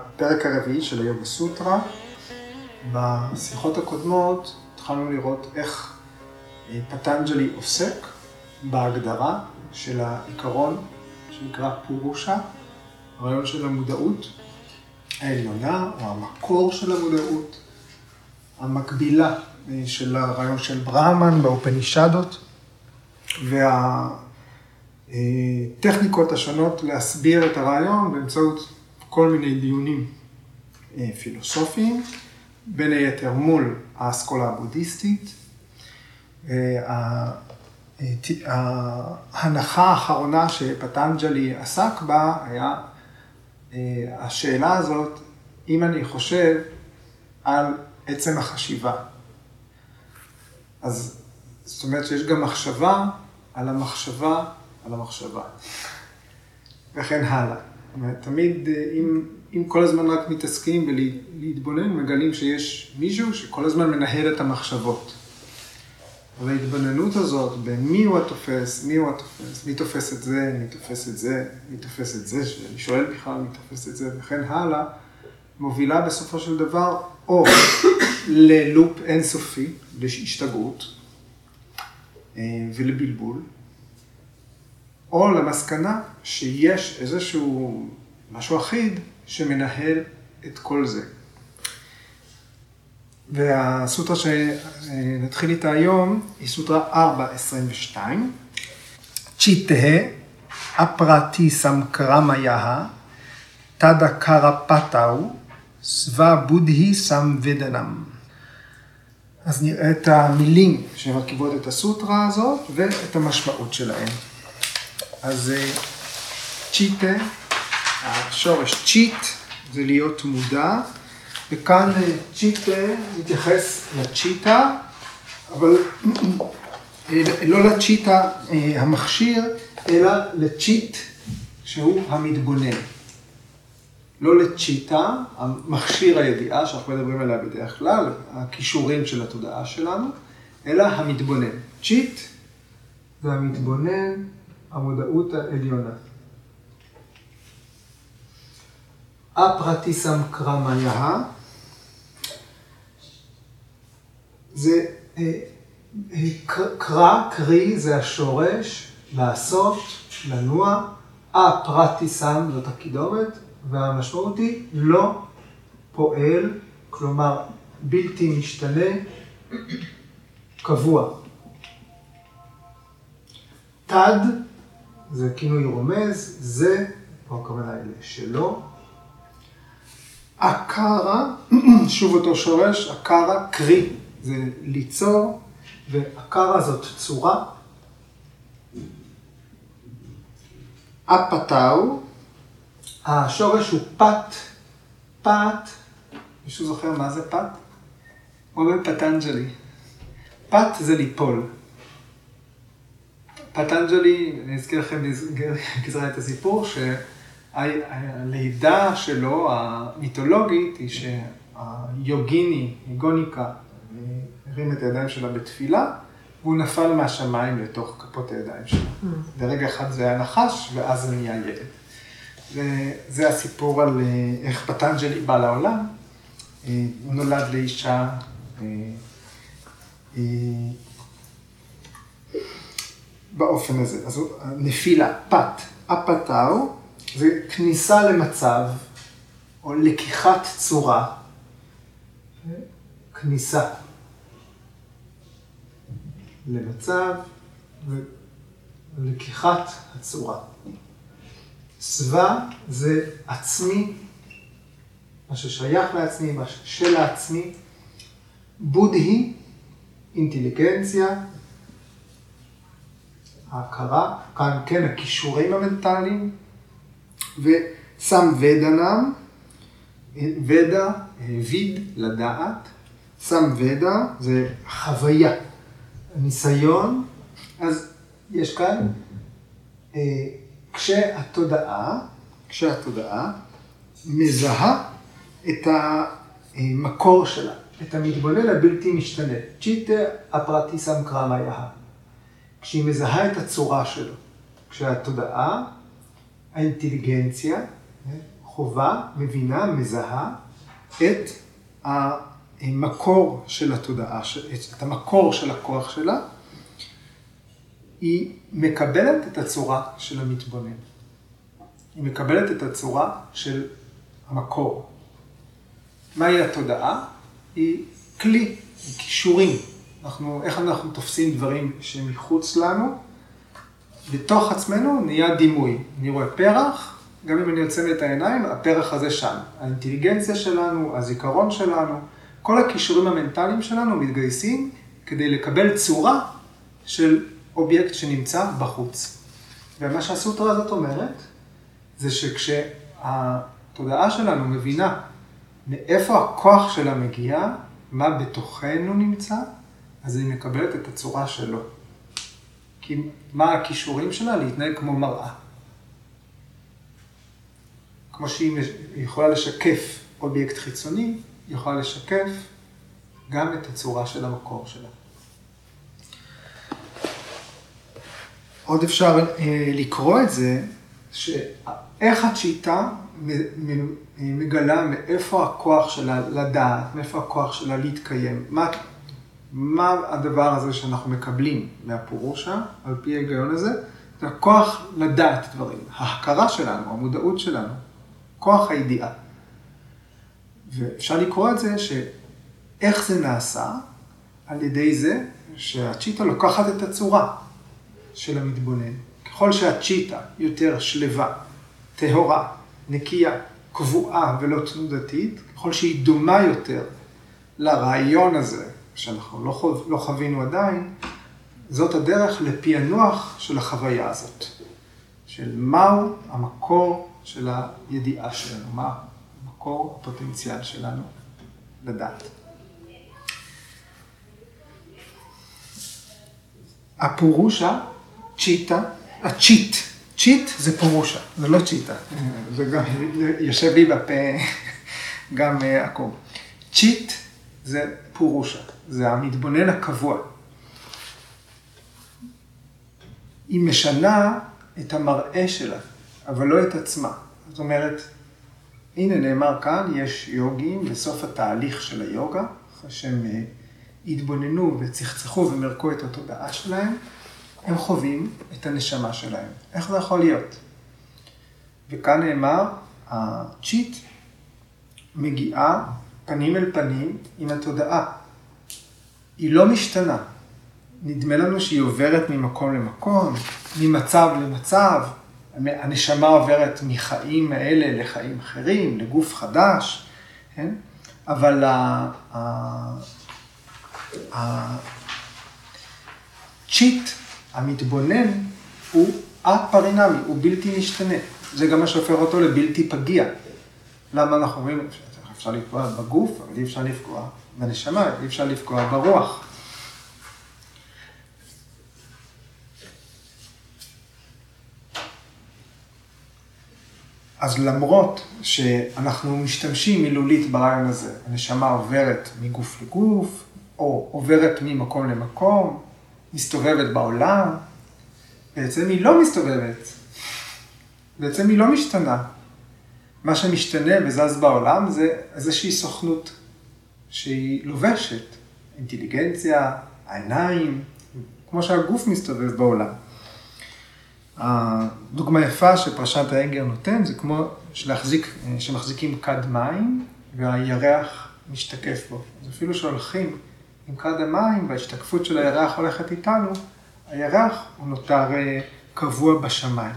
הפרק הרביעי של היוגה סוטרה. בשיחות הקודמות התחלנו לראות איך פטנג'לי עוסק בהגדרה של העיקרון שנקרא פורושה, הרעיון של המודעות העליונה או המקור של המודעות, המקבילה של הרעיון של ברהמן באופנישדות, והטכניקות השונות להסביר את הרעיון באמצעות כל מיני דיונים פילוסופיים, בין היתר מול האסכולה הבודהיסטית. ההנחה האחרונה שפטנג'לי עסק בה היה השאלה הזאת, אם אני חושב על עצם החשיבה. אז זאת אומרת שיש גם מחשבה על המחשבה על המחשבה. וכן הלאה. תמיד אם כל הזמן רק מתעסקים ולהתבונן, מגלים שיש מישהו שכל הזמן מנהל את המחשבות. וההתבוננות הזאת במי הוא התופס, מי הוא התופס, מי תופס את זה, מי תופס את זה, מי תופס את זה, שאני שואל בכלל מי תופס את זה, וכן הלאה, מובילה בסופו של דבר או ללופ אינסופי, להשתגעות ולבלבול, או למסקנה שיש איזשהו משהו אחיד שמנהל את כל זה. והסוטרה שנתחיל איתה היום היא סוטרה 4.22. צ'יטה אפרטי סמקרמיה תדה קרפטאו סווה בודהי סמוודנם. אז נראה את המילים שמרכיבות את הסוטרה הזאת ואת המשמעות שלהן. אז צ'יטה, השורש צ'יט זה להיות מודע, וכאן צ'יטה מתייחס לצ'יטה, אבל לא לצ'יטה המכשיר, אלא לצ'יט שהוא המתבונן. לא לצ'יטה, המכשיר הידיעה שאנחנו מדברים עליה בדרך כלל, הכישורים של התודעה שלנו, אלא המתבונן. צ'יט זה המתבונן, המודעות העליונה. אפרטיסם קרמיה, זה קרי זה השורש, לעשות, לנוע, אפרטיסם זאת הקידומת, והמשמעות היא לא פועל, כלומר בלתי משתנה, קבוע. תד זה כינוי רומז, זה, פה הכוונה אלה שלא. אקרה, שוב אותו שורש, אקרה, קרי, זה ליצור, ואקרה זאת צורה. אפתאו, השורש הוא פת, פת, מישהו זוכר מה זה פת? כמו בפטנג'לי. פת זה ליפול. פטנג'לי, אני אזכיר לכם בגזרה את הסיפור, שהלידה שלו, המיתולוגית, היא שהיוגיני, גוניקה, הרים את הידיים שלה בתפילה, והוא נפל מהשמיים לתוך כפות הידיים שלה. לרגע אחד זה היה נחש, ואז זה נהיה ילד. וזה הסיפור על איך פטנג'לי בא לעולם. הוא נולד לאישה באופן הזה. אז נפילה, פת, אפתאו, זה כניסה למצב, או לקיחת צורה, כניסה למצב ולקיחת הצורה. סווה זה עצמי, מה ששייך לעצמי, מה של העצמי. בודהי, אינטליגנציה, ההכרה, כאן כן הכישורים המנטליים, וסמוודנם, ודה, ויד, לדעת, סמוודה זה חוויה, ניסיון. אז יש כאן, כשהתודעה מזהה את המקור שלה, את המתבונן הבלתי משתנה, צ'יטה אפרטיסם קרמיה, כשהיא מזהה את הצורה שלו, כשהתודעה, האינטליגנציה, חובה, מבינה, מזהה את המקור של התודעה, את המקור של הכוח שלה, היא מקבלת את הצורה של המתבונן. היא מקבלת את הצורה של המקור. מהי התודעה? היא כלי, היא קישורים. איך אנחנו תופסים דברים שמחוץ לנו? בתוך עצמנו נהיה דימוי. אני רואה פרח, גם אם אני יוצא את העיניים, הפרח הזה שם. האינטליגנציה שלנו, הזיכרון שלנו, כל הכישורים המנטליים שלנו מתגייסים כדי לקבל צורה של אובייקט שנמצא בחוץ. ומה שהסוטרה הזאת אומרת, זה שכשהתודעה שלנו מבינה מאיפה הכוח שלה מגיע, מה בתוכנו נמצא, אז היא מקבלת את הצורה שלו. כי מה הכישורים שלה? להתנהג כמו מראה. כמו שהיא יכולה לשקף אובייקט חיצוני, היא יכולה לשקף גם את הצורה של המקור שלה. עוד אפשר לקרוא את זה, שאיך הצ'יטה מגלה מאיפה הכוח שלה לדעת, מאיפה הכוח שלה להתקיים. מה הדבר הזה שאנחנו מקבלים מהפורושה, על פי ההיגיון הזה? זה הכוח לדעת דברים, ההכרה שלנו, המודעות שלנו, כוח הידיעה. ואפשר לקרוא את זה שאיך זה נעשה על ידי זה שהצ'יטה לוקחת את הצורה של המתבונן. ככל שהצ'יטה יותר שלווה, טהורה, נקייה, קבועה ולא תנודתית, ככל שהיא דומה יותר לרעיון הזה, שאנחנו לא חווינו עדיין, זאת הדרך לפענוח של החוויה הזאת, של מהו המקור של הידיעה שלנו, מה המקור הפוטנציאל שלנו לדעת. הפורושה, צ'יטה, צ'יט זה פורושה, זה לא צ'יטה, זה גם יושב לי בפה גם עקום. צ'יט זה פורושה, זה המתבונן הקבוע. היא משנה את המראה שלה, אבל לא את עצמה. זאת אומרת, הנה נאמר כאן, יש יוגים בסוף התהליך של היוגה, אחרי שהם התבוננו וצחצחו ומרקו את התודעה שלהם, הם חווים את הנשמה שלהם. איך זה יכול להיות? וכאן נאמר, הצ'יט מגיעה פנים אל פנים עם התודעה. היא לא משתנה. נדמה לנו שהיא עוברת ממקום למקום, ממצב למצב. הנשמה עוברת מחיים האלה לחיים אחרים, לגוף חדש. כן? אבל הצ'יט, המתבונן, הוא א-פרינמי, הוא בלתי משתנה. זה גם מה שהופך אותו לבלתי פגיע. למה אנחנו אומרים, אפשר לפגוע בגוף, אבל אי אפשר לפגוע בנשמה, אי אפשר לפגוע ברוח. אז למרות שאנחנו משתמשים מילולית ברעיון הזה, הנשמה עוברת מגוף לגוף, או עוברת ממקום למקום, מסתובבת בעולם, בעצם היא לא מסתובבת, בעצם היא לא משתנה. מה שמשתנה וזז בעולם זה איזושהי סוכנות שהיא לובשת, אינטליגנציה, העיניים, כמו שהגוף מסתובב בעולם. הדוגמה יפה שפרשת האנגר נותן, זה כמו שמחזיקים כד מים והירח משתקף בו. אז אפילו שהולכים עם כד המים וההשתקפות של הירח הולכת איתנו, הירח הוא נותר קבוע בשמיים.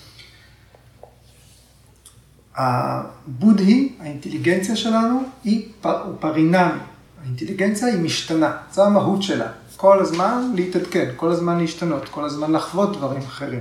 הבודהי, האינטליגנציה שלנו, הוא פרינמי. האינטליגנציה היא משתנה, זו המהות שלה. כל הזמן להתעדכן, כל הזמן להשתנות, כל הזמן לחוות דברים אחרים.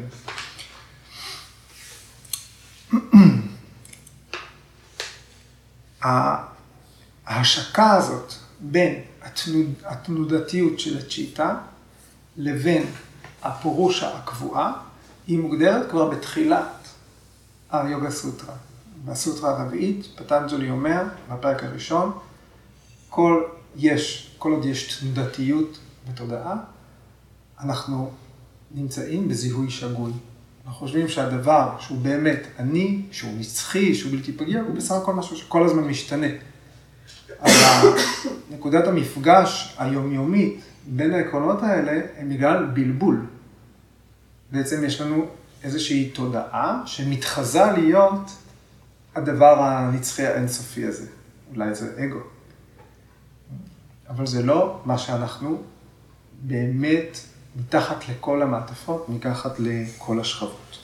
ההשקה הזאת בין התנודתיות של הצ'יטה לבין הפורושה הקבועה, היא מוגדרת כבר בתחילת היוגה סוטרה. בסוטרה הרביעית, פטנג'לי אומר, בפרק הראשון, כל עוד יש תנודתיות בתודעה, אנחנו נמצאים בזיהוי שגוי. אנחנו חושבים שהדבר שהוא באמת אני, שהוא נצחי, שהוא בלתי פגיע, הוא בסך הכל משהו שכל הזמן משתנה. אבל נקודת המפגש היומיומית בין העקרונות האלה הם בגלל בלבול. בעצם יש לנו איזושהי תודעה שמתחזה להיות הדבר הנצחי האינסופי הזה. אולי זה אגו. אבל זה לא מה שאנחנו באמת מתחת לכל המעטפות, מתחת לכל השכבות.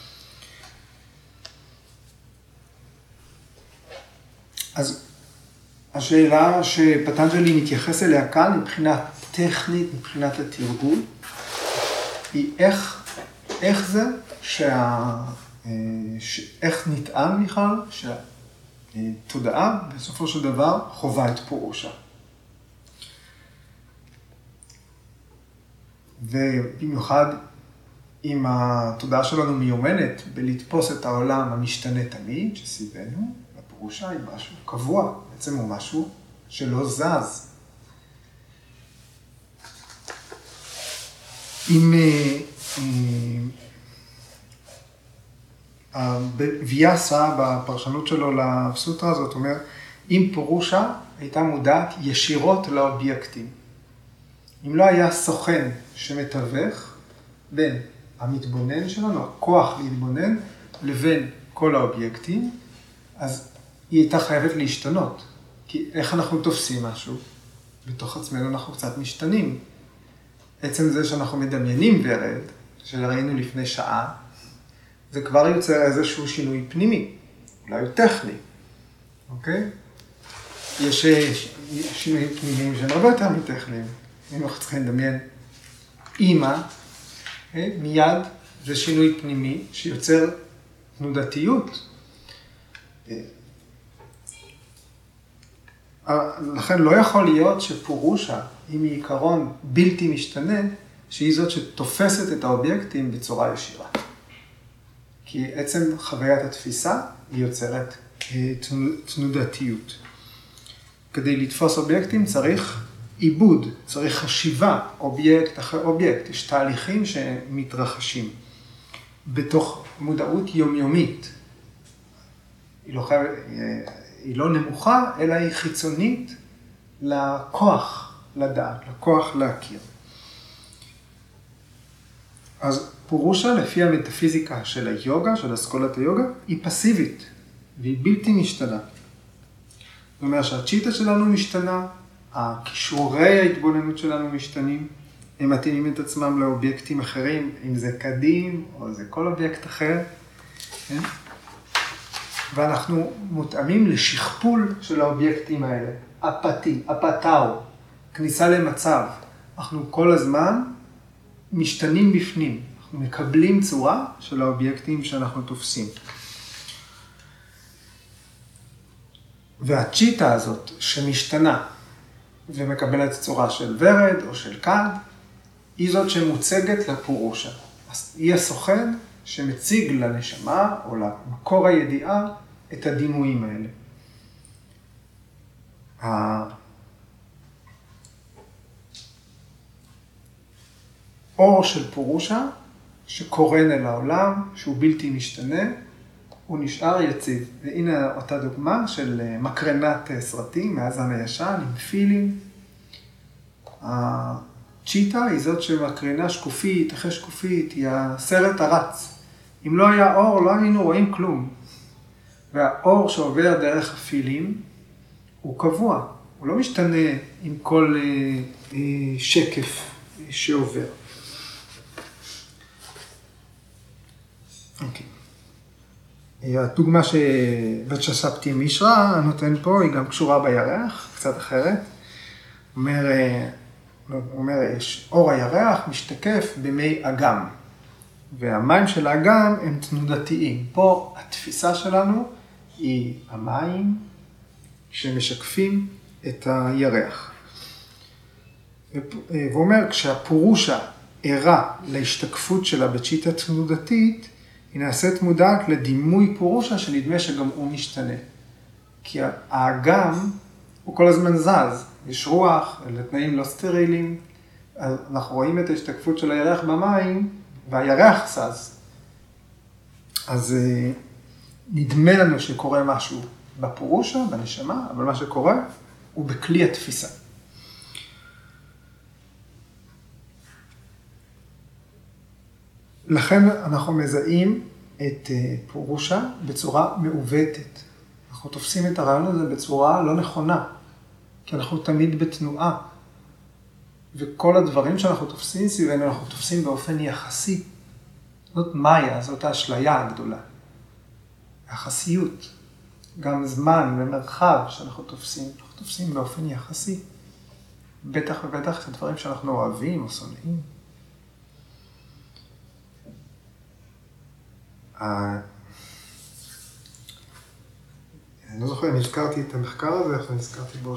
אז השאלה שפטנג'לי מתייחס אליה כאן, מבחינה טכנית, מבחינת התרגול, היא איך זה איך נטען בכלל שהתודעה בסופו של דבר חובה את פורושה. ובמיוחד אם התודעה שלנו מיומנת בלתפוס את העולם המשתנה תמיד שסביבנו, הפורושה היא משהו קבוע, בעצם הוא משהו שלא זז. אם ויאסה בפרשנות שלו לסוטרה הזאת אומר, אם פורושה הייתה מודעת ישירות לאובייקטים. אם לא היה סוכן שמתווך בין המתבונן שלנו, הכוח להתבונן, לבין כל האובייקטים, אז היא הייתה חייבת להשתנות. כי איך אנחנו תופסים משהו? בתוך עצמנו אנחנו קצת משתנים. עצם זה שאנחנו מדמיינים ורד, שראינו לפני שעה, זה כבר יוצר איזשהו שינוי פנימי, אולי הוא טכני, אוקיי? יש שינויים פנימיים שהם הרבה יותר מטכניים. אם אנחנו צריכים לדמיין אימא, מיד זה שינוי פנימי שיוצר תנודתיות. לכן לא יכול להיות שפורושה, אם היא עיקרון בלתי משתנה, שהיא זאת שתופסת את האובייקטים בצורה ישירה. כי עצם חוויית התפיסה היא יוצרת תנודתיות. כדי לתפוס אובייקטים צריך עיבוד, צריך חשיבה, אובייקט אחרי אובייקט. יש תהליכים שמתרחשים בתוך מודעות יומיומית. היא לא נמוכה, אלא היא חיצונית לכוח לדעת, לכוח להכיר. אז פורושה, לפי המטאפיזיקה של היוגה, של אסכולת היוגה, היא פסיבית והיא בלתי משתנה. זאת אומרת שהצ'יטה שלנו משתנה, הכישורי ההתבוננות שלנו משתנים, הם מתאימים את עצמם לאובייקטים אחרים, אם זה קדים או זה כל אובייקט אחר. כן? ואנחנו מותאמים לשכפול של האובייקטים האלה, אפתאו, כניסה למצב. אנחנו כל הזמן משתנים בפנים, אנחנו מקבלים צורה של האובייקטים שאנחנו תופסים. והצ'יטה הזאת שמשתנה ומקבלת צורה של ורד או של כד, היא זאת שמוצגת לפורושה. היא הסוכן שמציג לנשמה או למקור הידיעה את הדימויים האלה. האור של פורושה שקורן אל העולם, שהוא בלתי משתנה, הוא נשאר יציב. והנה אותה דוגמה של מקרנת סרטים מהזן הישן עם פילים. הצ'יטה היא זאת שמקרינה שקופית, אחרי שקופית, היא הסרט הרץ. אם לא היה אור, לא היינו רואים כלום. והאור שעובר דרך הפילים הוא קבוע, הוא לא משתנה עם כל שקף שעובר. אוקיי. הדוגמה שווצ'ספטי מישרה נותן פה, היא גם קשורה בירח, קצת אחרת. הוא אומר, אור הירח משתקף במי אגם, והמים של האגם הם תנודתיים. פה התפיסה שלנו היא המים שמשקפים את הירח. והוא אומר, כשהפורושה ערה להשתקפות שלה בצ'יטה תנודתית, היא נעשית מודעת לדימוי פורושה שנדמה שגם הוא משתנה. כי האגם הוא כל הזמן זז, יש רוח, אלה תנאים לא סטריליים, אנחנו רואים את ההשתקפות של הירח במים, והירח זז. אז נדמה לנו שקורה משהו בפורושה, בנשמה, אבל מה שקורה הוא בכלי התפיסה. לכן אנחנו מזהים את פורושה בצורה מעוותת. אנחנו תופסים את הרעיון הזה בצורה לא נכונה, כי אנחנו תמיד בתנועה. וכל הדברים שאנחנו תופסים סביבנו, אנחנו תופסים באופן יחסי. זאת מאיה, זאת האשליה הגדולה. יחסיות, גם זמן ומרחב שאנחנו תופסים באופן יחסי. בטח ובטח את הדברים שאנחנו אוהבים או שונאים. אני לא זוכר אם הזכרתי את המחקר הזה, איך נזכרתי בו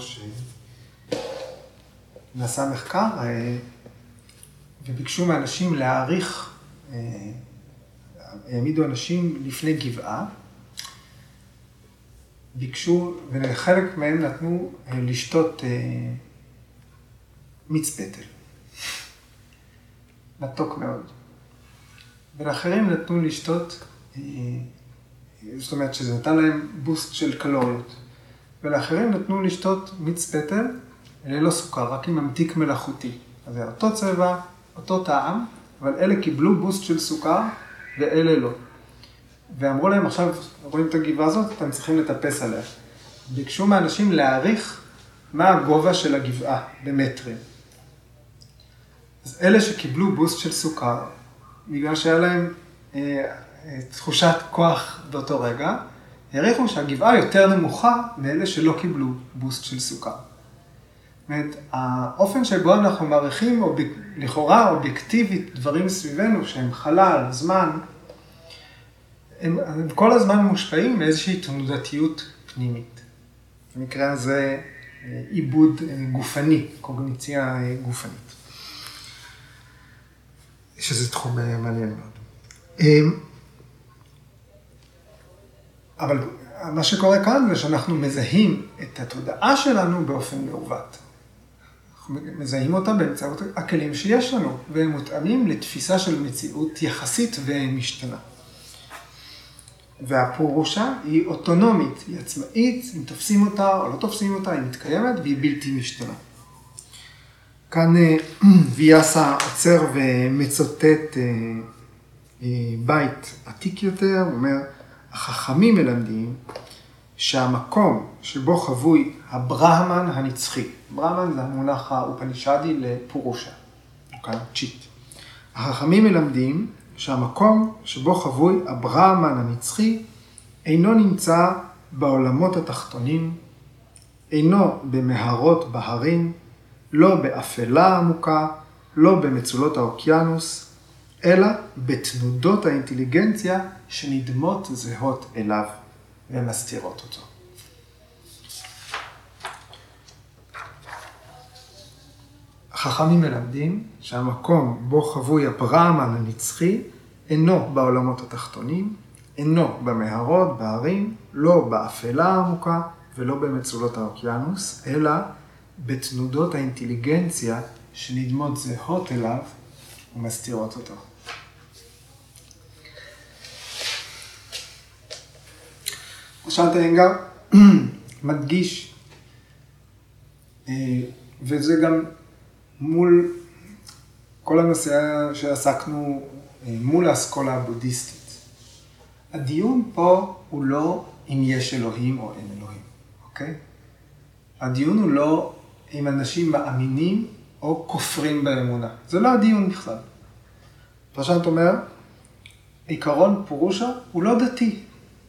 שנעשה מחקר וביקשו מאנשים להעריך, העמידו אנשים לפני גבעה, ביקשו ולחלק מהם נתנו לשתות מיץ פטל, מתוק מאוד. ולאחרים נתנו לשתות, זאת אומרת שזה נתן להם בוסט של קלוריות. ולאחרים נתנו לשתות מיץ פטל ללא סוכר, רק עם ממתיק מלאכותי. אז זה אותו צבע, אותו טעם, אבל אלה קיבלו בוסט של סוכר ואלה לא. ואמרו להם עכשיו, רואים את הגבעה הזאת, אתם צריכים לטפס עליה. ביקשו מאנשים להעריך מה הגובה של הגבעה במטרים. אז אלה שקיבלו בוסט של סוכר, בגלל שהיה להם תחושת כוח באותו רגע, העריכו שהגבעה יותר נמוכה מאלה שלא קיבלו בוסט של סוכר. זאת אומרת, האופן שבו אנחנו מעריכים, לכאורה אובייקטיבית, דברים סביבנו שהם חלל, זמן, הם כל הזמן מושפעים מאיזושהי תנודתיות פנימית. במקרה הזה עיבוד גופני, קוגניציה גופנית. שזה תחום מעניין מאוד. אבל מה שקורה כאן זה שאנחנו מזהים את התודעה שלנו באופן מעוות. אנחנו מזהים אותה באמצעות הכלים שיש לנו, והם מותאמים לתפיסה של מציאות יחסית ומשתנה. והפורושה היא אוטונומית, היא עצמאית, אם תופסים אותה או לא תופסים אותה, היא מתקיימת והיא בלתי משתנה. כאן ויאסה עוצר ומצוטט בית עתיק יותר, הוא אומר, החכמים מלמדים שהמקום שבו חבוי הברהמן הנצחי, ברהמן זה המונח האופנישדי לפורושה, כאן צ'יט. החכמים מלמדים שהמקום שבו חבוי הברהמן הנצחי אינו נמצא בעולמות התחתונים, אינו במהרות בהרים, לא באפלה עמוקה, לא במצולות האוקיינוס, אלא בתנודות האינטליגנציה שנדמות זהות אליו ומסתירות אותו. החכמים מלמדים שהמקום בו חבוי הברהמן הנצחי אינו בעולמות התחתונים, אינו במהרות, בהרים, לא באפלה העמוקה ולא במצולות האוקיינוס, אלא בתנודות האינטליגנציה שנדמות זהות אליו ומסתירות אותו. ראשת איינגר מדגיש, וזה גם מול כל הנושא שעסקנו מול האסכולה הבודהיסטית. הדיון פה הוא לא אם יש אלוהים או אין אלוהים, אוקיי? הדיון הוא לא אם אנשים מאמינים או כופרים באמונה. זה לא הדיון בכלל. פרשנט אומר, עיקרון פורושה הוא לא דתי.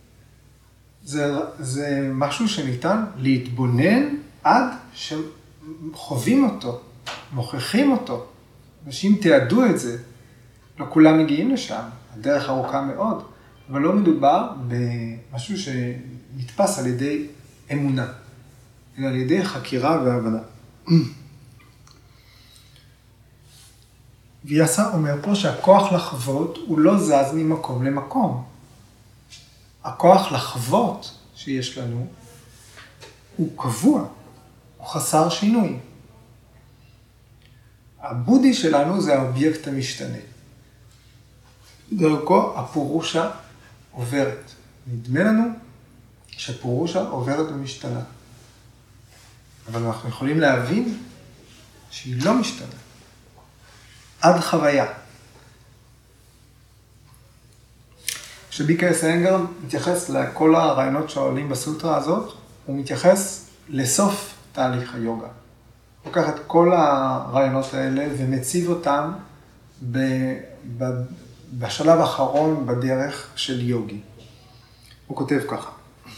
זה משהו שניתן להתבונן עד שחווים אותו, מוכיחים אותו. אנשים תיעדו את זה. לא כולם מגיעים לשם, הדרך ארוכה מאוד, אבל לא מדובר במשהו שנתפס על ידי אמונה, אלא על ידי חקירה והבנה. ויאסה אומר פה שהכוח לחוות הוא לא זז ממקום למקום. הכוח לחוות שיש לנו הוא קבוע, הוא חסר שינוי. הבודי שלנו זה האובייקט המשתנה. דרכו הפורושה עוברת. נדמה לנו שפורושה עוברת ומשתנה. אבל אנחנו יכולים להבין שהיא לא משתנה. עד חוויה. כשביקרס איינגר מתייחס לכל הרעיונות שעולים בסוטרה הזאת, הוא מתייחס לסוף תהליך היוגה. הוא לוקח את כל הרעיונות האלה ומציב אותם בשלב האחרון בדרך של יוגי. הוא כותב ככה.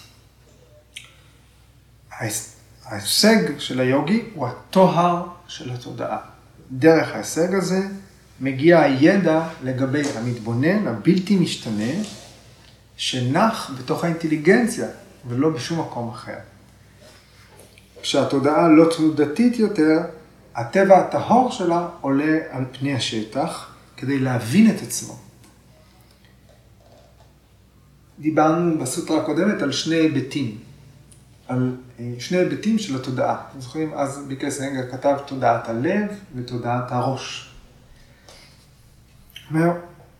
ההישג של היוגי הוא הטוהר של התודעה. דרך ההישג הזה מגיע הידע לגבי המתבונן הבלתי משתנה, שנח בתוך האינטליגנציה ולא בשום מקום אחר. כשהתודעה לא תנודתית יותר, הטבע הטהור שלה עולה על פני השטח כדי להבין את עצמו. דיברנו בסוטרה הקודמת על שני היבטים. על שני היבטים של התודעה. אתם זוכרים, אז ביקרס איינגר כתב תודעת הלב ותודעת הראש. אומר,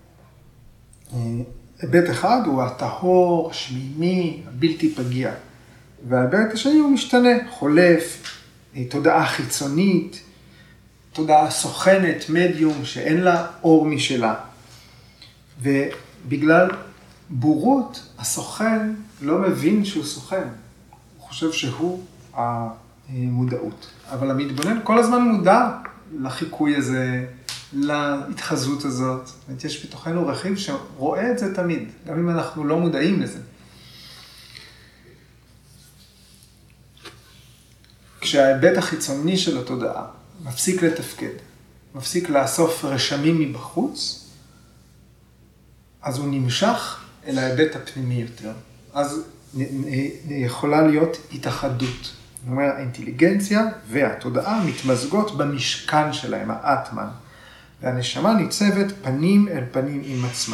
היבט אחד הוא הטהור, השמימי, הבלתי פגיע. וההיבט השני הוא משתנה, חולף, תודעה חיצונית, תודעה סוכנת, מדיום, שאין לה אור משלה. ובגלל בורות, הסוכן לא מבין שהוא סוכן. הוא חושב שהוא המודעות. אבל המתבונן כל הזמן מודע לחיקוי הזה, להתחזות הזאת. זאת אומרת, יש בתוכנו רכיב שרואה את זה תמיד, גם אם אנחנו לא מודעים לזה. כשההיבט החיצוני של התודעה מפסיק לתפקד, מפסיק לאסוף רשמים מבחוץ, אז הוא נמשך אל ההיבט הפנימי יותר. אז יכולה להיות התאחדות. זאת אומרת, האינטליגנציה והתודעה מתמזגות במשכן שלהם, האטמן. והנשמה ניצבת פנים אל פנים עם עצמה.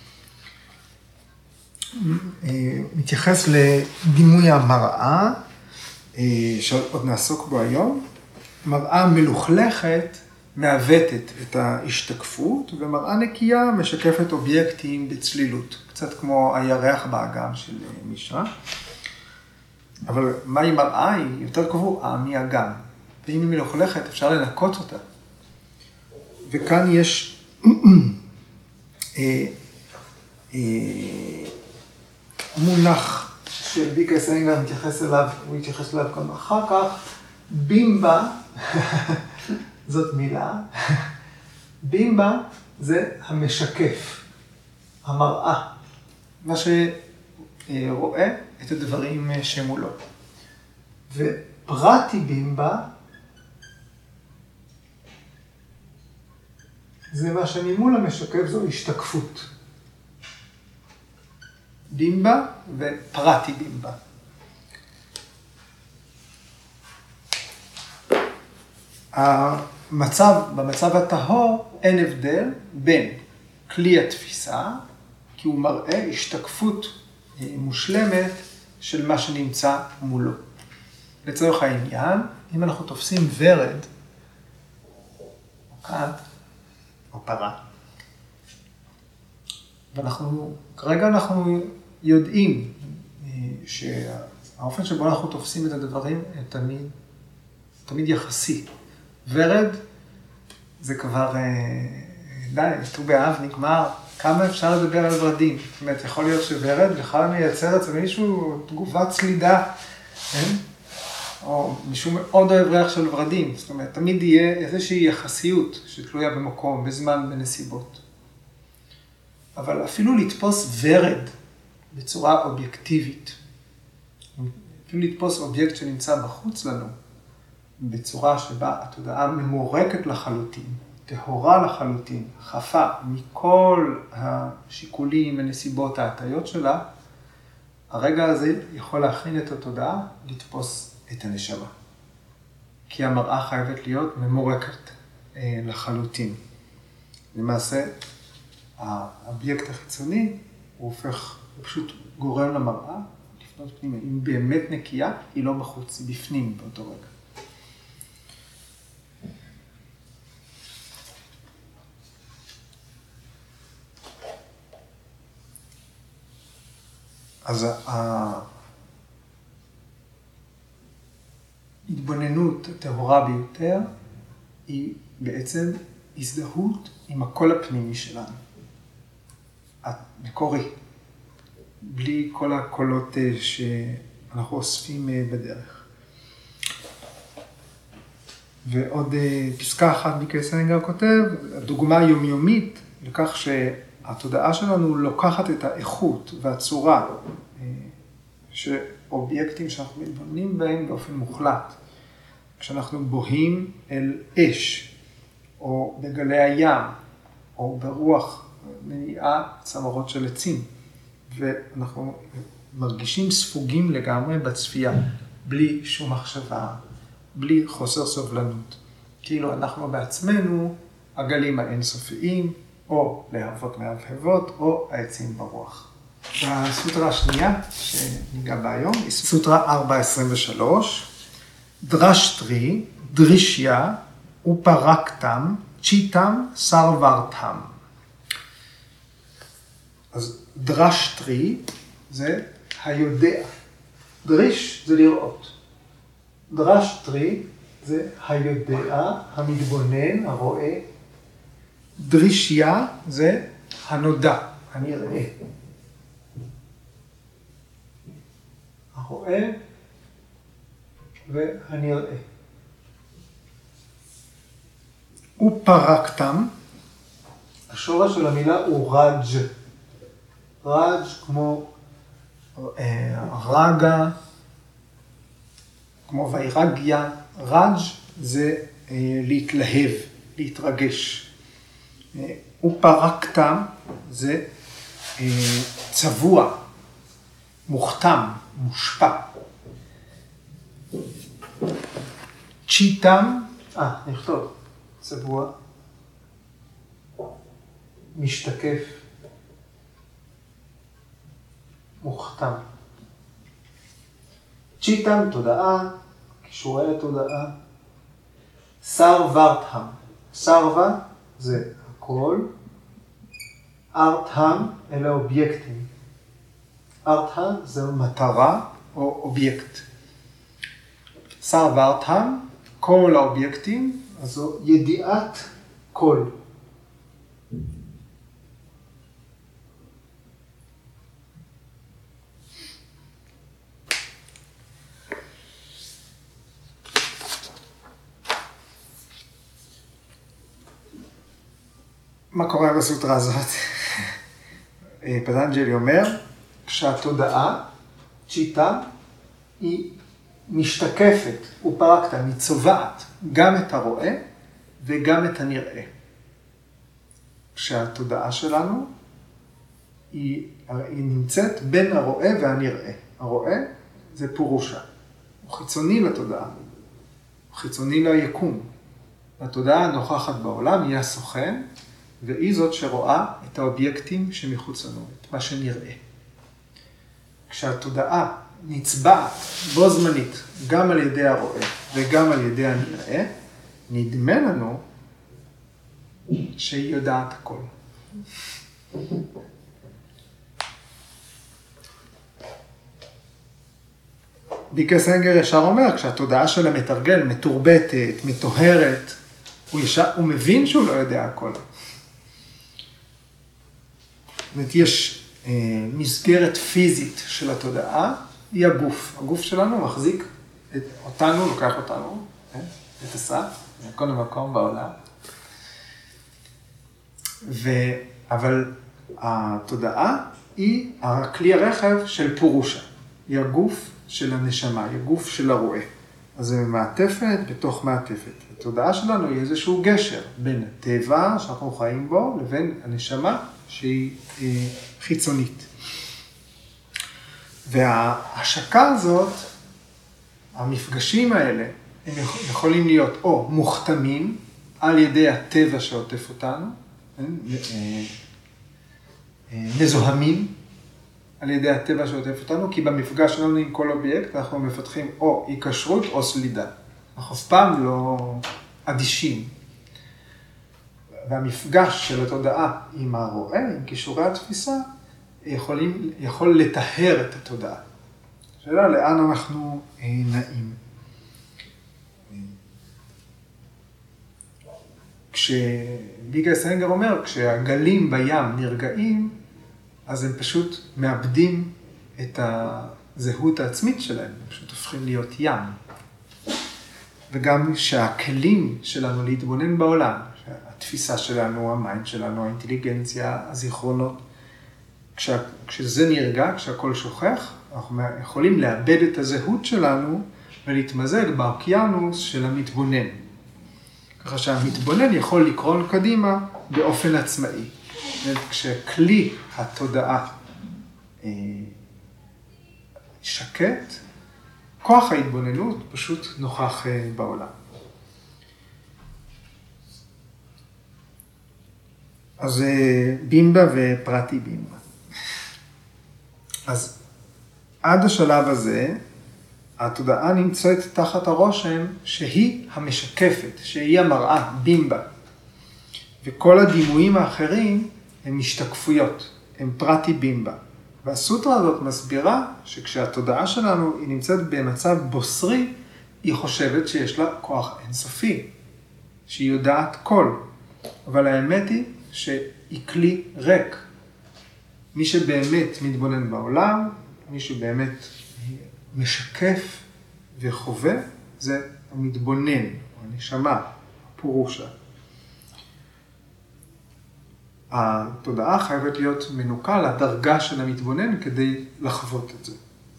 מתייחס לדימוי המראה, שעוד נעסוק בו היום. מראה מלוכלכת מעוותת את ההשתקפות, ומראה נקייה משקפת אובייקטים בצלילות. קצת כמו הירח באגם של מישרה. אבל מהי מראה? היא יותר קבועה מהאגם. ואם היא מלוכלכת, אפשר לנקות אותה. וכאן יש מונח שביקרס איינגר מתייחס אליו, הוא יתייחס אליו כאן אחר כך, בימבה, זאת מילה, בימבה זה המשקף, המראה, מה שרואה את הדברים שמולו. ופרטי בימבה, זה מה שממול המשקף, זו השתקפות. בימבה ופרטי בימבה. במצב הטהור אין הבדל בין כלי התפיסה, כי הוא מראה השתקפות מושלמת של מה שנמצא מולו. לצורך העניין, אם אנחנו תופסים ורד, או כד, או פרה, כרגע אנחנו יודעים שהאופן שבו אנחנו תופסים את הדברים תמיד יחסי. ורד זה כבר, די, ט"ו באב נגמר, כמה אפשר לדבר על ורדים? זאת אומרת, יכול להיות שוורד בכלל מייצר אצל מישהו תגובת סלידה, כן? או מישהו מאוד אוהב ריח של ורדים. זאת אומרת, תמיד יהיה איזושהי יחסיות שתלויה במקום, בזמן, בנסיבות. אבל אפילו לתפוס ורד בצורה אובייקטיבית, אפילו לתפוס אובייקט שנמצא בחוץ לנו, בצורה שבה התודעה ממורקת לחלוטין, טהורה לחלוטין, חפה מכל השיקולים ונסיבות ההטיות שלה, הרגע הזה יכול להכין את התודעה לתפוס את הנשמה. כי המראה חייבת להיות ממורקת לחלוטין. למעשה, האובייקט החיצוני הוא פשוט גורם למראה לפנות פנימה. אם באמת נקייה, היא לא בחוץ, היא בפנים באותו רגע. אז ההתבוננות הטהורה ביותר היא בעצם הזדהות עם הקול הפנימי שלנו, המקורי, בלי כל הקולות שאנחנו אוספים בדרך. ועוד פסקה אחת מקייסנגר כותב, הדוגמה היומיומית לכך שהתודעה שלנו לוקחת את האיכות והצורה שאובייקטים שאנחנו מתבוננים בהם באופן מוחלט. כשאנחנו בוהים אל אש, או בגלי הים, או ברוח מניעה צמרות של עצים, ואנחנו מרגישים ספוגים לגמרי בצפייה, בלי שום מחשבה, בלי חוסר סובלנות. כאילו אנחנו בעצמנו הגלים האינסופיים, או להבות מהבהבות, או העצים ברוח. הסוטרה השנייה שניגע בה היום היא סוטרה 4.23, דרשטרי, דרישיה, ופרקתם, צ'יטם, סרוורתם. אז דרשטרי זה היודע. דריש זה לראות. דרשטרי זה היודע, המתבונן, הרואה. דרישיה זה הנודע, הנראה. הרואה והנראה. ופרקתם, השורש של המילה הוא רג'. רג' כמו רגע, כמו וירגיה. רג' זה להתלהב, להתרגש. ופרקתם זה צבוע, מוכתם, מושפע. צ'יטם, נכתוב, צבוע, משתקף, מוכתם. צ'יטם, תודעה, קישורי התודעה. סרוורתם, סרווה זה הכל. ארתם אלה אובייקטים. ארתם זה מטרה או אובייקט. סרוורתם, כל האובייקטים, אז זו ידיעת כל. מה קורה בסוטרה הזאת? פטנג'לי אומר, כשהתודעה, צ'יטה, היא משתקפת, ופרקת, מצובעת, גם את הרואה וגם את הנראה. כשהתודעה שלנו היא נמצאת בין הרואה והנראה. הרואה זה פורושה, הוא חיצוני לתודעה, הוא חיצוני ליקום. התודעה הנוכחת בעולם היא הסוכן, והיא זאת שרואה את האובייקטים שמחוץ לנו, את מה שנראה. כשהתודעה נצבעת בו זמנית, גם על ידי הרואה וגם על ידי הנראה, נדמה לנו שהיא יודעת הכל. ביקסנגר ישר אומר, כשהתודעה של המתרגל מתורבתת, מטוהרת, הוא מבין שהוא לא יודע הכל. זאת אומרת, יש מסגרת פיזית של התודעה, היא הגוף. הגוף שלנו מחזיק אותנו, לוקח אותנו, את הסף, מכל מקום בעולם. אבל התודעה היא כלי הרכב של פורושה. היא הגוף של הנשמה, היא הגוף של הרואה. אז זה מעטפת בתוך מעטפת. התודעה שלנו היא איזשהו גשר בין הטבע שאנחנו חיים בו לבין הנשמה שהיא חיצונית. וההשקה הזאת, המפגשים האלה, הם יכולים להיות או מוכתמים על ידי הטבע שעוטף אותנו, מזוהמים על ידי הטבע שעוטף אותנו, כי במפגש שלנו עם כל אובייקט אנחנו מפתחים או היקשרות או סלידה. אנחנו אף פעם לא אדישים. והמפגש של התודעה עם הרואה, עם קישורי התפיסה, יכול לטהר את התודעה. השאלה לאן אנחנו נעים. כשביגה סנגר אומר, כשהגלים בים נרגעים, אז הם פשוט מאבדים את הזהות העצמית שלהם, הם פשוט הופכים להיות ים. וגם שהכלים שלנו להתבונן בעולם, התפיסה שלנו, המיינד שלנו, האינטליגנציה, הזיכרונות, כשזה נרגע, כשהכל שוכח, אנחנו יכולים לאבד את הזהות שלנו ולהתמזג באוקיינוס של המתבונן. ככה שהמתבונן יכול לקרון קדימה באופן עצמאי. כשכלי התודעה שקט, כוח ההתבוננות פשוט נוכח בעולם. אז בימבה ופרטי בימבה. אז עד השלב הזה, התודעה נמצאת תחת הרושם שהיא המשקפת, שהיא המראה, בימבה. וכל הדימויים האחרים הם משתקפויות, הם פרטי בימבה. והסוטרה הזאת מסבירה שכשהתודעה שלנו היא נמצאת במצב בוסרי, היא חושבת שיש לה כוח אינסופי, שהיא יודעת כל. אבל האמת היא שהיא כלי ריק. מי שבאמת מתבונן בעולם, מי שבאמת משקף וחווה, זה המתבונן, או הנשמה, הפורושה. התודעה חייבת להיות מנוקה לדרגה של המתבונן כדי לחוות את זה.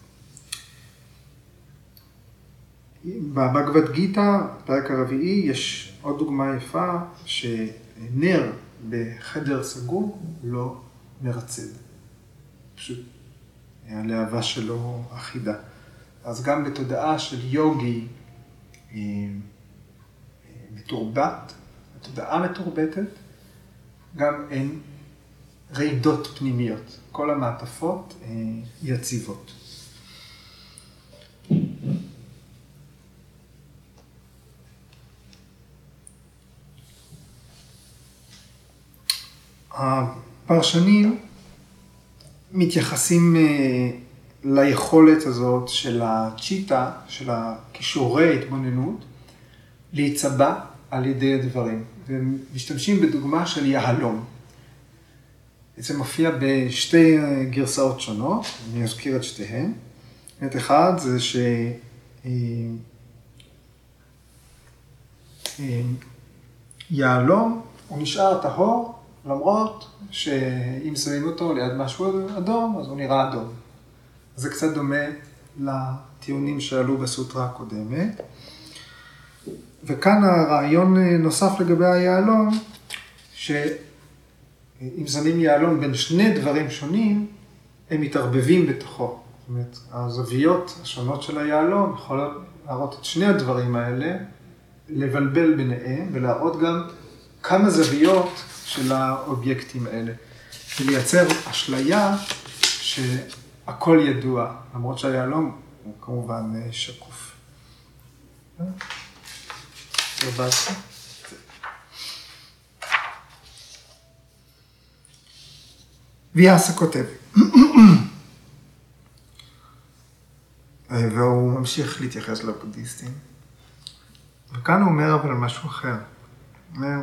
בבגבד גיטה, בפרק הרביעי, יש עוד דוגמה יפה שנר בחדר סגור לא מרצד. פשוט הלהבה שלו אחידה. אז גם בתודעה של יוגי מתורבת, התודעה מתורבתת, גם אין רעידות פנימיות. כל המעטפות יציבות. הפרשנים מתייחסים ליכולת הזאת של הצ'יטה, של הכישורי התבוננות, להיצבע על ידי הדברים. והם משתמשים בדוגמה של יהלום. זה מופיע בשתי גרסאות שונות, אני אזכיר את שתיהן. את אחד זה שיהלום הוא נשאר טהור, למרות שאם שמים אותו ליד משהו אדום, אז הוא נראה אדום. זה קצת דומה לטיעונים שעלו בסוטרה הקודמת. וכאן הרעיון נוסף לגבי היהלום, שאם שמים יהלום בין שני דברים שונים, הם מתערבבים בתוכו. זאת אומרת, הזוויות השונות של היהלום יכולות להראות את שני הדברים האלה, לבלבל ביניהם ולהראות גם כמה זוויות של האובייקטים האלה. ולייצר אשליה שהכל ידוע, למרות שהיהלום הוא כמובן שקוף. ויאסה כותב, והוא ממשיך להתייחס לבודהיסטים. וכאן הוא אומר אבל משהו אחר. הוא אומר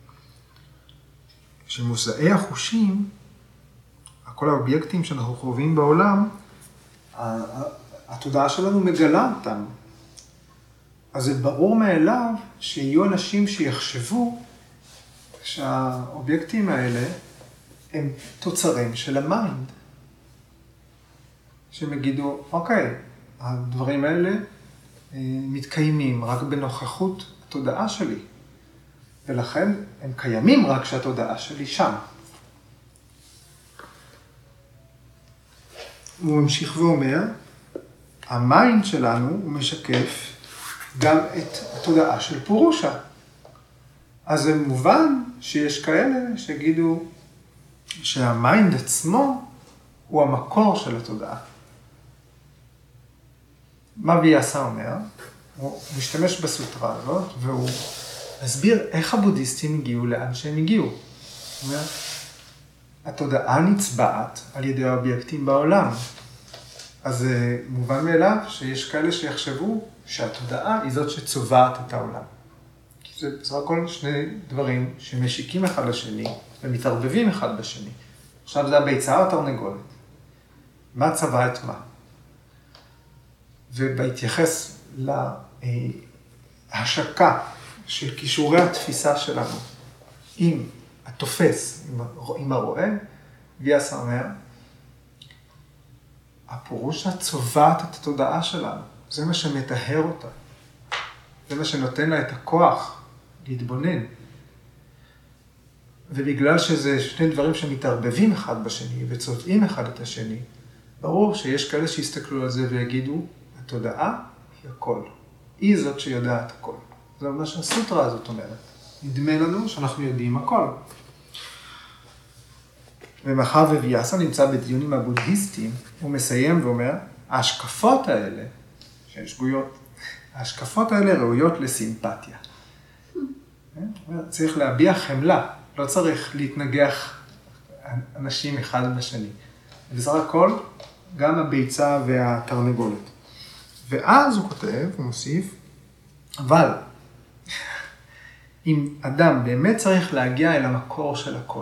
שמושאי החושים, כל האובייקטים שאנחנו חווים בעולם, התודעה שלנו מגלה אותם. אז זה ברור מאליו שיהיו אנשים שיחשבו שהאובייקטים האלה הם תוצרים של המיינד. שהם יגידו, אוקיי, הדברים האלה מתקיימים רק בנוכחות התודעה שלי. ולכן הם קיימים רק כשהתודעה שלי שם. הוא ממשיך ואומר, המיינד שלנו הוא משקף גם את התודעה של פורושה. אז זה מובן שיש כאלה שיגידו שהמיינד עצמו הוא המקור של התודעה. מה ויאסה אומר? הוא משתמש בסוטרה הזאת והוא מסביר איך הבודהיסטים הגיעו לאן שהם הגיעו. הוא אומר, התודעה נצבעת על ידי האובייקטים בעולם. אז זה מובן מאליו שיש כאלה שיחשבו שהתודעה היא זאת שצובעת את העולם. כי זה בסך הכל שני דברים שמשיקים אחד לשני ומתערבבים אחד בשני. עכשיו זה הביצה או התרנגולת. מה צבע את מה? ובהתייחס להשקה של כישורי התפיסה שלנו עם התופס, עם הרואה, ויאס אומר, הפירוש צובעת את התודעה שלנו. זה מה שמטהר אותה. זה מה שנותן לה את הכוח להתבונן. ובגלל שזה שני דברים שמתערבבים אחד בשני וצובעים אחד את השני, ברור שיש כאלה שיסתכלו על זה ויגידו, התודעה היא הכל. היא זאת שיודעת הכל. זה מה שהסוטרה הזאת אומרת. נדמה לנו שאנחנו יודעים הכל. ומאחר וויאסה נמצא בדיונים הבודהיסטיים, הוא מסיים ואומר, ההשקפות האלה, שהן שגויות, ההשקפות האלה ראויות לסימפתיה. צריך להביע חמלה, לא צריך להתנגח אנשים אחד בשני. בסך הכל, גם הביצה והתרנגולת. ואז הוא כותב, הוא מוסיף, אבל אם אדם באמת צריך להגיע אל המקור של הכל,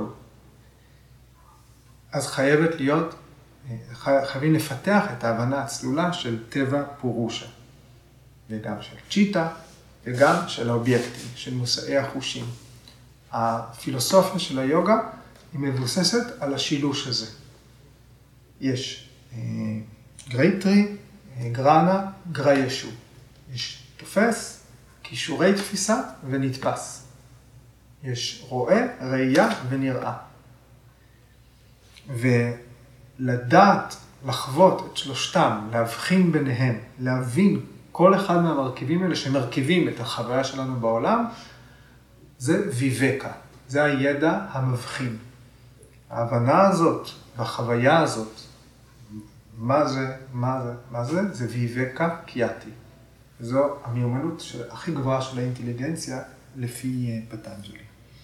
אז חייבים לפתח את ההבנה הצלולה של טבע פורושה, וגם של צ'יטה, וגם של האובייקטים, של מושאי החושים. הפילוסופיה של היוגה היא מבוססת על השילוש הזה. יש גרייטרי, גרנה, גריישו. יש תופס, כישורי תפיסה ונתפס. יש רואה, ראייה ונראה. ולדעת, לחוות את שלושתם, להבחין ביניהם, להבין כל אחד מהמרכיבים האלה שמרכיבים את החוויה שלנו בעולם, זה ויבקה, זה הידע המבחין. ההבנה הזאת והחוויה הזאת, מה זה? זה ויבקה קיאטי. וזו המיומנות הכי גבוהה של האינטליגנציה לפי פטנג'לי.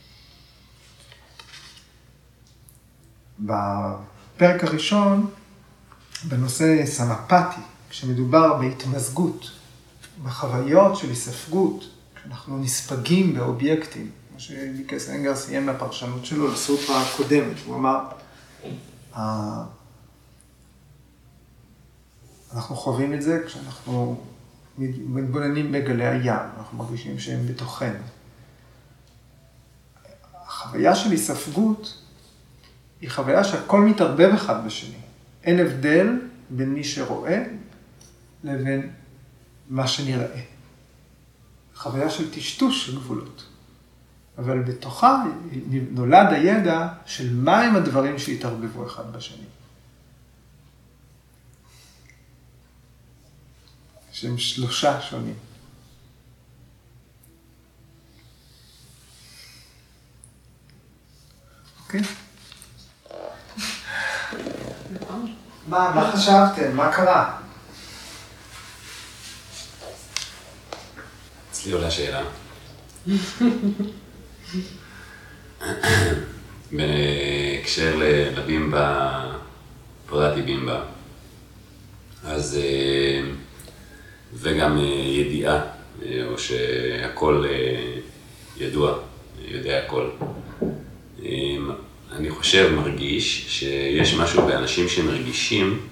בפרק הראשון, בנושא סמפתי, כשמדובר בהתמזגות, בחוויות של הספגות, כשאנחנו נספגים באובייקטים, כמו שביקס אנגר סיים מהפרשנות שלו לסוטרה הקודמת, הוא אמר, אנחנו חווים את זה כשאנחנו מתבוננים בגלי הים, אנחנו מרגישים שהם בתוכנו. החוויה של הספגות היא חוויה שהכל מתערבב אחד בשני. אין הבדל בין מי שרואה לבין מה שנראה. חוויה של טשטוש של גבולות. אבל בתוכה נולד הידע של מה הם הדברים שהתערבבו אחד בשני. שהם שלושה שונים. אוקיי? מה חשבתם? מה קרה? אצלי עולה שאלה. בהקשר לבימבה, פרדתי בימבה, אז וגם ידיעה, או שהכל ידוע, יודע הכל. אני חושב, מרגיש, שיש משהו באנשים שמרגישים,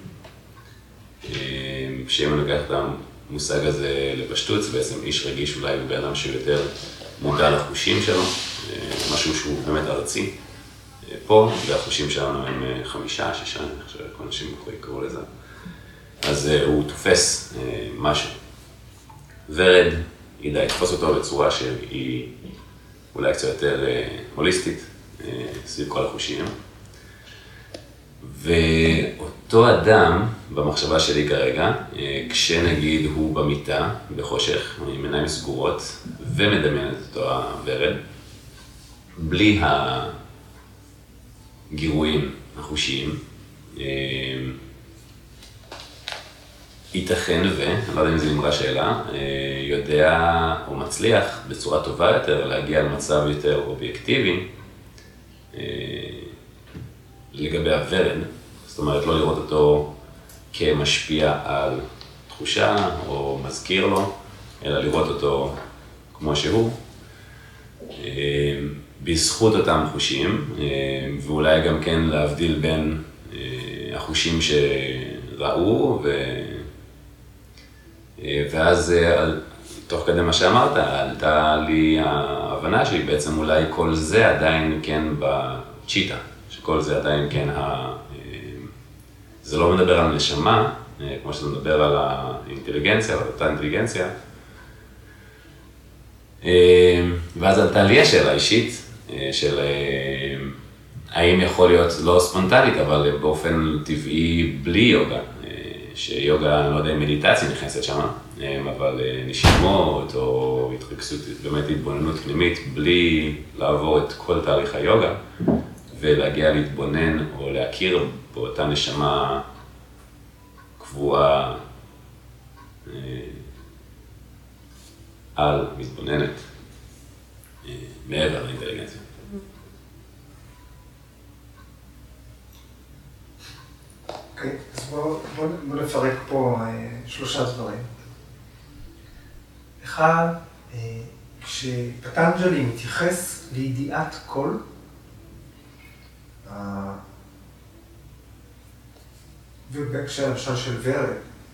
שאם אני לוקח את המושג הזה לפשטות, זה בעצם איש רגיש אולי באדם שיותר מודע לחושים שלו, משהו שהוא באמת ארצי. פה, והחושים שלנו הם 5, 6, אני חושב, כל אנשים יקראו לזה. אז הוא תופס משהו. ורד ידע לתפוס אותו בצורה שהיא אולי קצת יותר הוליסטית, סביב כל החושים. ואותו אדם, במחשבה שלי כרגע, כשנגיד הוא במיטה, בחושך, עם עיניים סגורות, ומדמיין את אותו הוורד, בלי הגירויים החושיים, ייתכן אני לא יודע אם זו נמרה שאלה, יודע או מצליח בצורה טובה יותר להגיע למצב יותר אובייקטיבי, לגבי הוורד, זאת אומרת לא לראות אותו כמשפיע על תחושה או מזכיר לו, אלא לראות אותו כמו שהוא, בזכות אותם חושים, ואולי גם כן להבדיל בין החושים שראו, ואז תוך כדי מה שאמרת, עלתה לי ההבנה שלי בעצם אולי כל זה עדיין כן בצ'יטה, שכל זה עדיין כן זה לא מדבר על נשמה, כמו שזה מדבר על האינטליגנציה, על אותה אינטליגנציה. ואז עלתה לי השאלה אישית, של האם יכול להיות לא ספונטנית, אבל באופן טבעי בלי יוגה, שיוגה, אני לא יודע, מדיטציה נכנסת שם, אבל נשימות או התרכזות, באמת התבוננות פנימית, בלי לעבור את כל תהליך היוגה, ולהגיע להתבונן או להכיר באותה נשמה קבועה על מתבוננת מעבר לאינטליגנציה. אוקיי, אז בוא נפרק פה 3 דברים. אחד, כשפטנג'לי מתייחס לידיעת כל, ובהקשר למשל של ורד,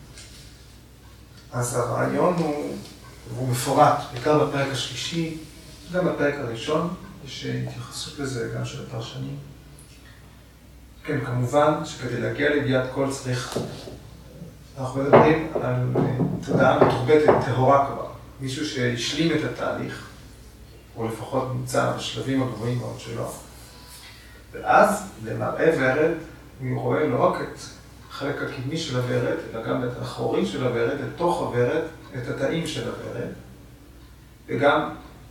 אז הרעיון הוא מפורט, בעיקר בפרק השלישי, גם בפרק הראשון, יש התייחסות לזה גם של הפרשנים. כן, כמובן שכדי להגיע לידיעת כל צריך, אנחנו מדברים על תודעה מתורבתת, טהורה כבר, מישהו שהשלים את התהליך, או לפחות נמצא בשלבים הגבוהים מאוד שלו. ואז למראה ורד, הוא רואה לא רק את החלק הקדמי של הוורד, אלא גם את האחורי של הוורד, את תוך הוורד, את התאים של הוורד, וגם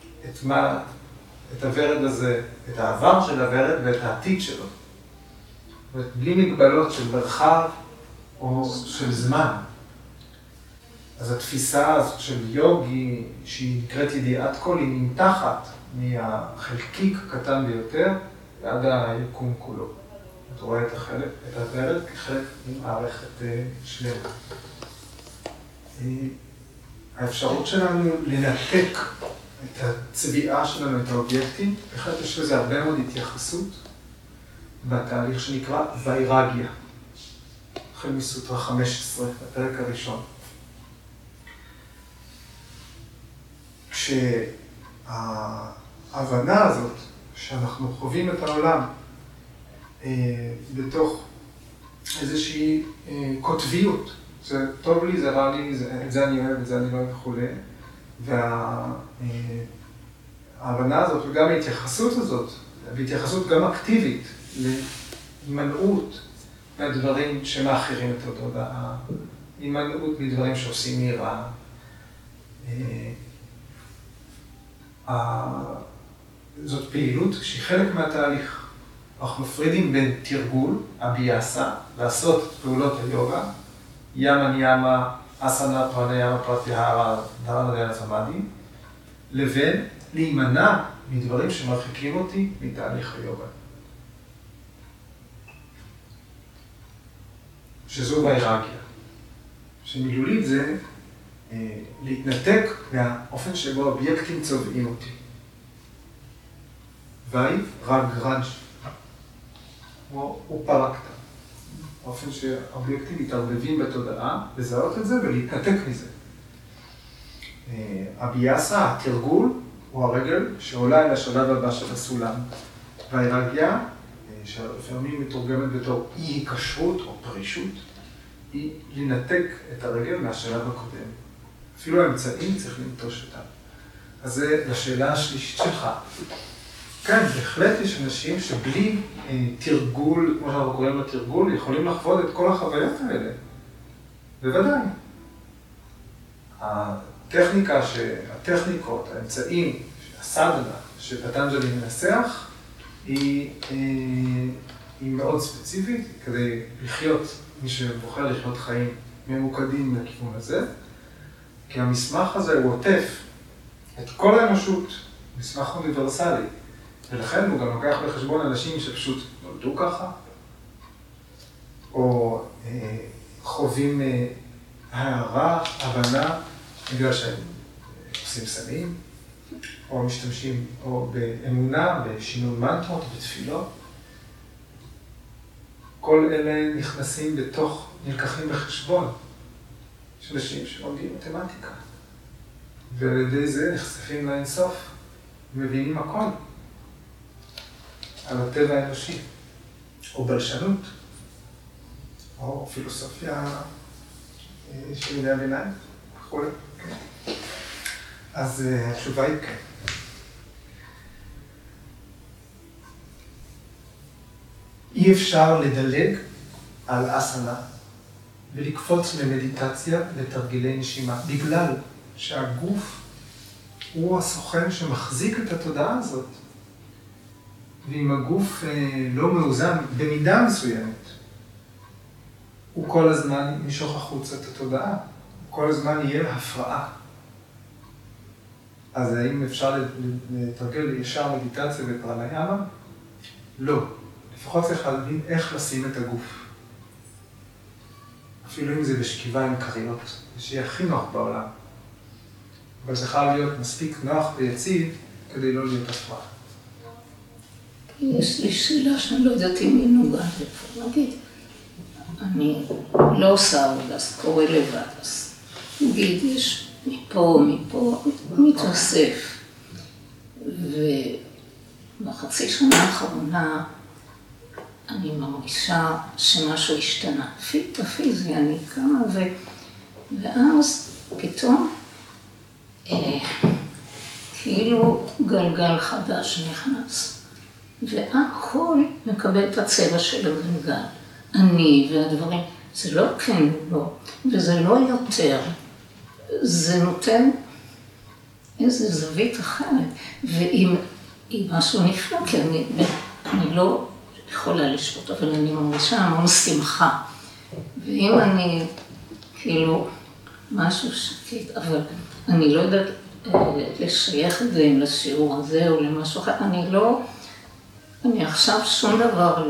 את הוורד הזה, את העבר של הוורד ואת העתיד שלו. זאת אומרת, בלי מגבלות של מרחב או של זמן. אז התפיסה הזאת של יוגי, שהיא נקראת ידיעת כל, היא נמתחת מהחלקיק הקטן ביותר ועד היקום כולו. אתה רואה את הוורד כחלק ממערכת שלמה. האפשרות שלנו לנתק את הצביעה שלנו, את האובייקטים, בהחלט יש לזה הרבה מאוד התייחסות בתהליך שנקרא ויירגיה, החל מסוטרה 15, בפרק הראשון. כשההבנה הזאת שאנחנו חווים את העולם בתוך איזושהי כותביות, זה טוב לי, זה רע לי, את זה אני אוהב, את זה אני לא אוהב וכו'. וההבנה הזאת וגם ההתייחסות הזאת, והתייחסות גם אקטיבית להימנעות מהדברים שמאחרים את התודעה, הימנעות מדברים שעושים לי רע. זאת פעילות שהיא חלק מהתהליך. אנחנו מפרידים בין תרגול, אביאסה, לעשות פעולות היוגה, ימה ניאמה, אסנה פרניאמה פרטיהרה, דרנה דיינה סמאדי, לבין להימנע מדברים שמרחיקים אותי מתהליך היוגה. שזו ויירגיה. שמילולית זה להתנתק מהאופן שבו אובייקטים צובעים אותי. ויירגרג' או פרקת. האופן שהאובייקטים מתערבבים בתודעה, לזהות את זה ולהתנתק מזה. אביאסה, התרגול, הוא הרגל שעולה אל השלב הבא של הסולם. ויירגיה, שלפעמים מתורגמת בתור אי היקשרות או פרישות, היא לנתק את הרגל מהשלב הקודם. אפילו האמצעים צריך לנטוש אותם. אז זה לשאלה השלישית שלך. כן, בהחלט יש אנשים שבלי תרגול, כמו שאנחנו קוראים לו תרגול, יכולים לחוות את כל החוויות האלה. בוודאי. הטכניקות, האמצעים, הסדנה שפטנג'לי מנסח, היא מאוד ספציפית כדי לחיות, מי שבוחר לחיות חיים ממוקדים לכיוון הזה, כי המסמך הזה הוא עוטף את כל האנושות, מסמך אוניברסלי, ולכן הוא גם לוקח בחשבון אנשים שפשוט נולדו ככה, או חווים הערה, הבנה, בגלל שהם עושים סמים, או משתמשים, או באמונה, בשינון מנטרות, בתפילות. כל אלה נכנסים נלקחים בחשבון. יש אנשים שלומדים מתמטיקה, ועל ידי זה נחשפים לאינסוף, מבינים הכל על הטבע האנושי, או בלשנות, או פילוסופיה של ימי הביניים, וכו'. אז התשובה היא כן. אי אפשר לדלג על אסנה ולקפוץ למדיטציה לתרגילי נשימה, בגלל שהגוף הוא הסוכן שמחזיק את התודעה הזאת. ואם הגוף לא מאוזן במידה מסוימת, הוא כל הזמן ימשוך החוצה את התודעה, כל הזמן יהיה הפרעה. אז האם אפשר לתרגל ישר מדיטציה בפרניאמה? לא. לפחות צריך להבין איך לשים את הגוף. אפילו אם זה בשכיבה עם קריות, שיהיה הכי נוח בעולם. אבל זה חייב להיות מספיק נוח ויציב כדי לא להיות הפרעה. יש לי שאלה שאני לא יודעת אם היא נוגעת לפה. נגיד, אני לא עושה עבודה, אז קורה לבד, אז נגיד, יש מפה, מתאסף. ובחצי שנה האחרונה אני מרגישה שמשהו השתנה. הפיזי, אני קמה, ואז פתאום כאילו גלגל חדש נכנס. והכל מקבל את הצבע של הגלגל. אני והדברים, זה לא כן, לא, וזה לא יותר. זה נותן איזו זווית אחרת. ואם משהו נפלא, כי אני לא יכולה לשפוט, אבל אני מרגישה המון שמחה. ואם אני, כאילו, משהו שקט, אבל אני לא יודעת לשייך את זה עם לשיעור הזה או למשהו אחר, אני עכשיו שום דבר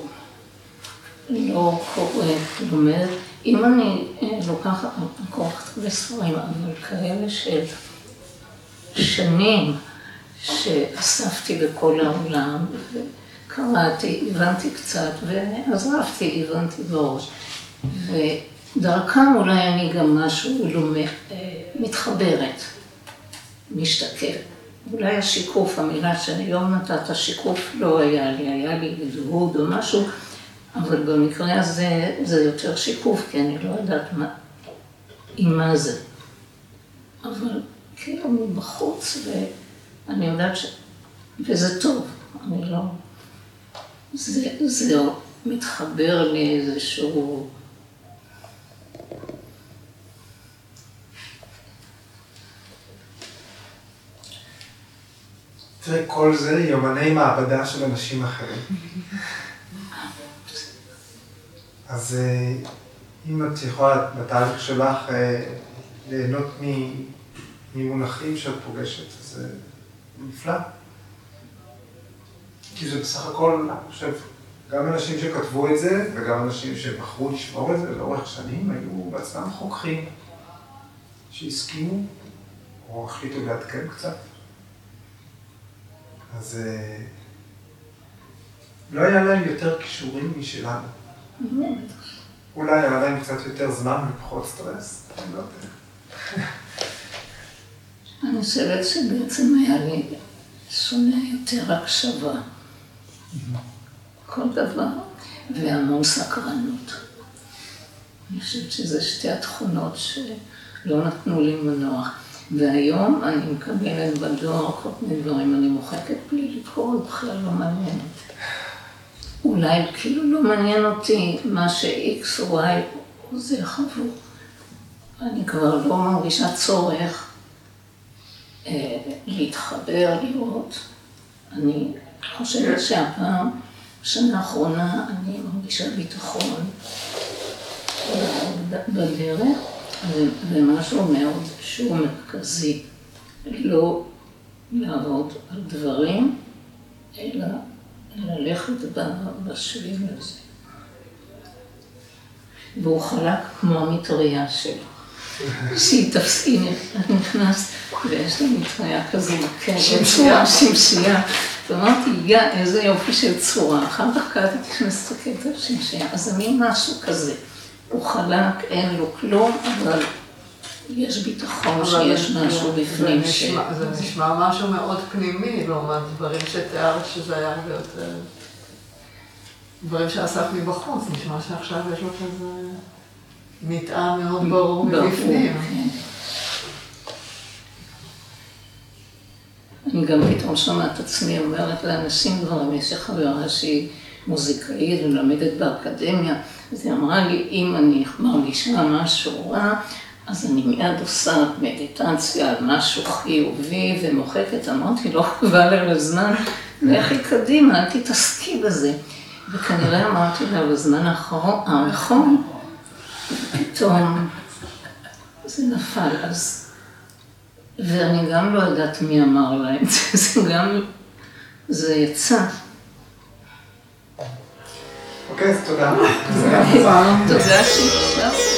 לא קורא, לומד. אם אני לוקחת הרבה ספרים, אבל כאלה של שנים שאספתי בכל העולם, וקראתי, הבנתי קצת, ועזרתי, הבנתי בראש. ודרכם אולי אני גם משהו מתחברת, משתקף. אולי השיקוף, המילה שהיום נתת שיקוף לא היה לי דהוד או משהו, אבל במקרה הזה זה יותר שיקוף, כי אני לא יודעת עם מה זה. אבל כאילו מבחוץ, ואני יודעת וזה טוב, אני לא... זה מתחבר לי איזשהו... תראי, כל זה יומני מעבדה של אנשים אחרים. אז אם את יכולה בתהליך שלך ליהנות ממונחים שאת פוגשת, אז זה נפלא. כי זה בסך הכל, אני חושב, גם אנשים שכתבו את זה, וגם אנשים שבחרו לשמור את זה לאורך שנים, היו בעצמם חוקרים שהסכימו, או החליטו לעדכן קצת. אז לא היה להם יותר כישורים משלנו. אולי היה להם קצת יותר זמן ופחות סטרס, אני לא יודע. אני חושבת שבעצם היה לי שונה יותר הקשבה. כל דבר, והמון סקרנות. אני חושבת שזה שתי התכונות שלא נתנו לי מנוח. והיום אני מקבלת בדואר כל מיני דברים, אני מוחקת בלי לקרוא, בכלל לא מעניינת. אולי כאילו לא מעניין אותי מה ש-X או Y זה חבור. אני כבר לא מרגישה צורך להתחבר, לראות. אני חושבת שהפעם, בשנה האחרונה, אני מרגישה ביטחון בדרך. זה משהו מאוד שהוא מרכזי, לא לעבוד על דברים, אלא ללכת בשביל הזה. והוא חלק כמו המטריה שלו. שהיא תפסים, את נכנסת, ויש לה מטריה כזו בצורה שמשייה. ואמרתי, איזה יופי של צורה, אחר כך קראתי תכנס את הקטע שמשייה, אז אני משהו כזה. הוא חלק, אין לו כלום, אבל יש ביטחון שיש משהו בפנים זה נשמע משהו מאוד פנימי, לעומת דברים שתיארת שזה היה הרבה יותר... דברים שאסף מבחוץ, נשמע שעכשיו יש לו כזה מטען מאוד ברור מבפנים. אני גם פתאום שומעת את עצמי אומרת לאנשים דברים, יש חברה שהיא מוזיקאית ולמדת באקדמיה, אז היא אמרה לי, אם אני מרגישה משהו רע, אז אני מיד עושה מדיטציה על משהו חיובי ומוחקת, אמרתי, לא חבל על הזמן, לכי קדימה, אל תתעסקי בזה. וכנראה אמרתי לה, בזמן האחרון, פתאום זה נפל, אז... ואני גם לא יודעת מי אמר לה את זה, זה גם... זה יצא. אוקיי, אז תודה. תודה שהקשבת.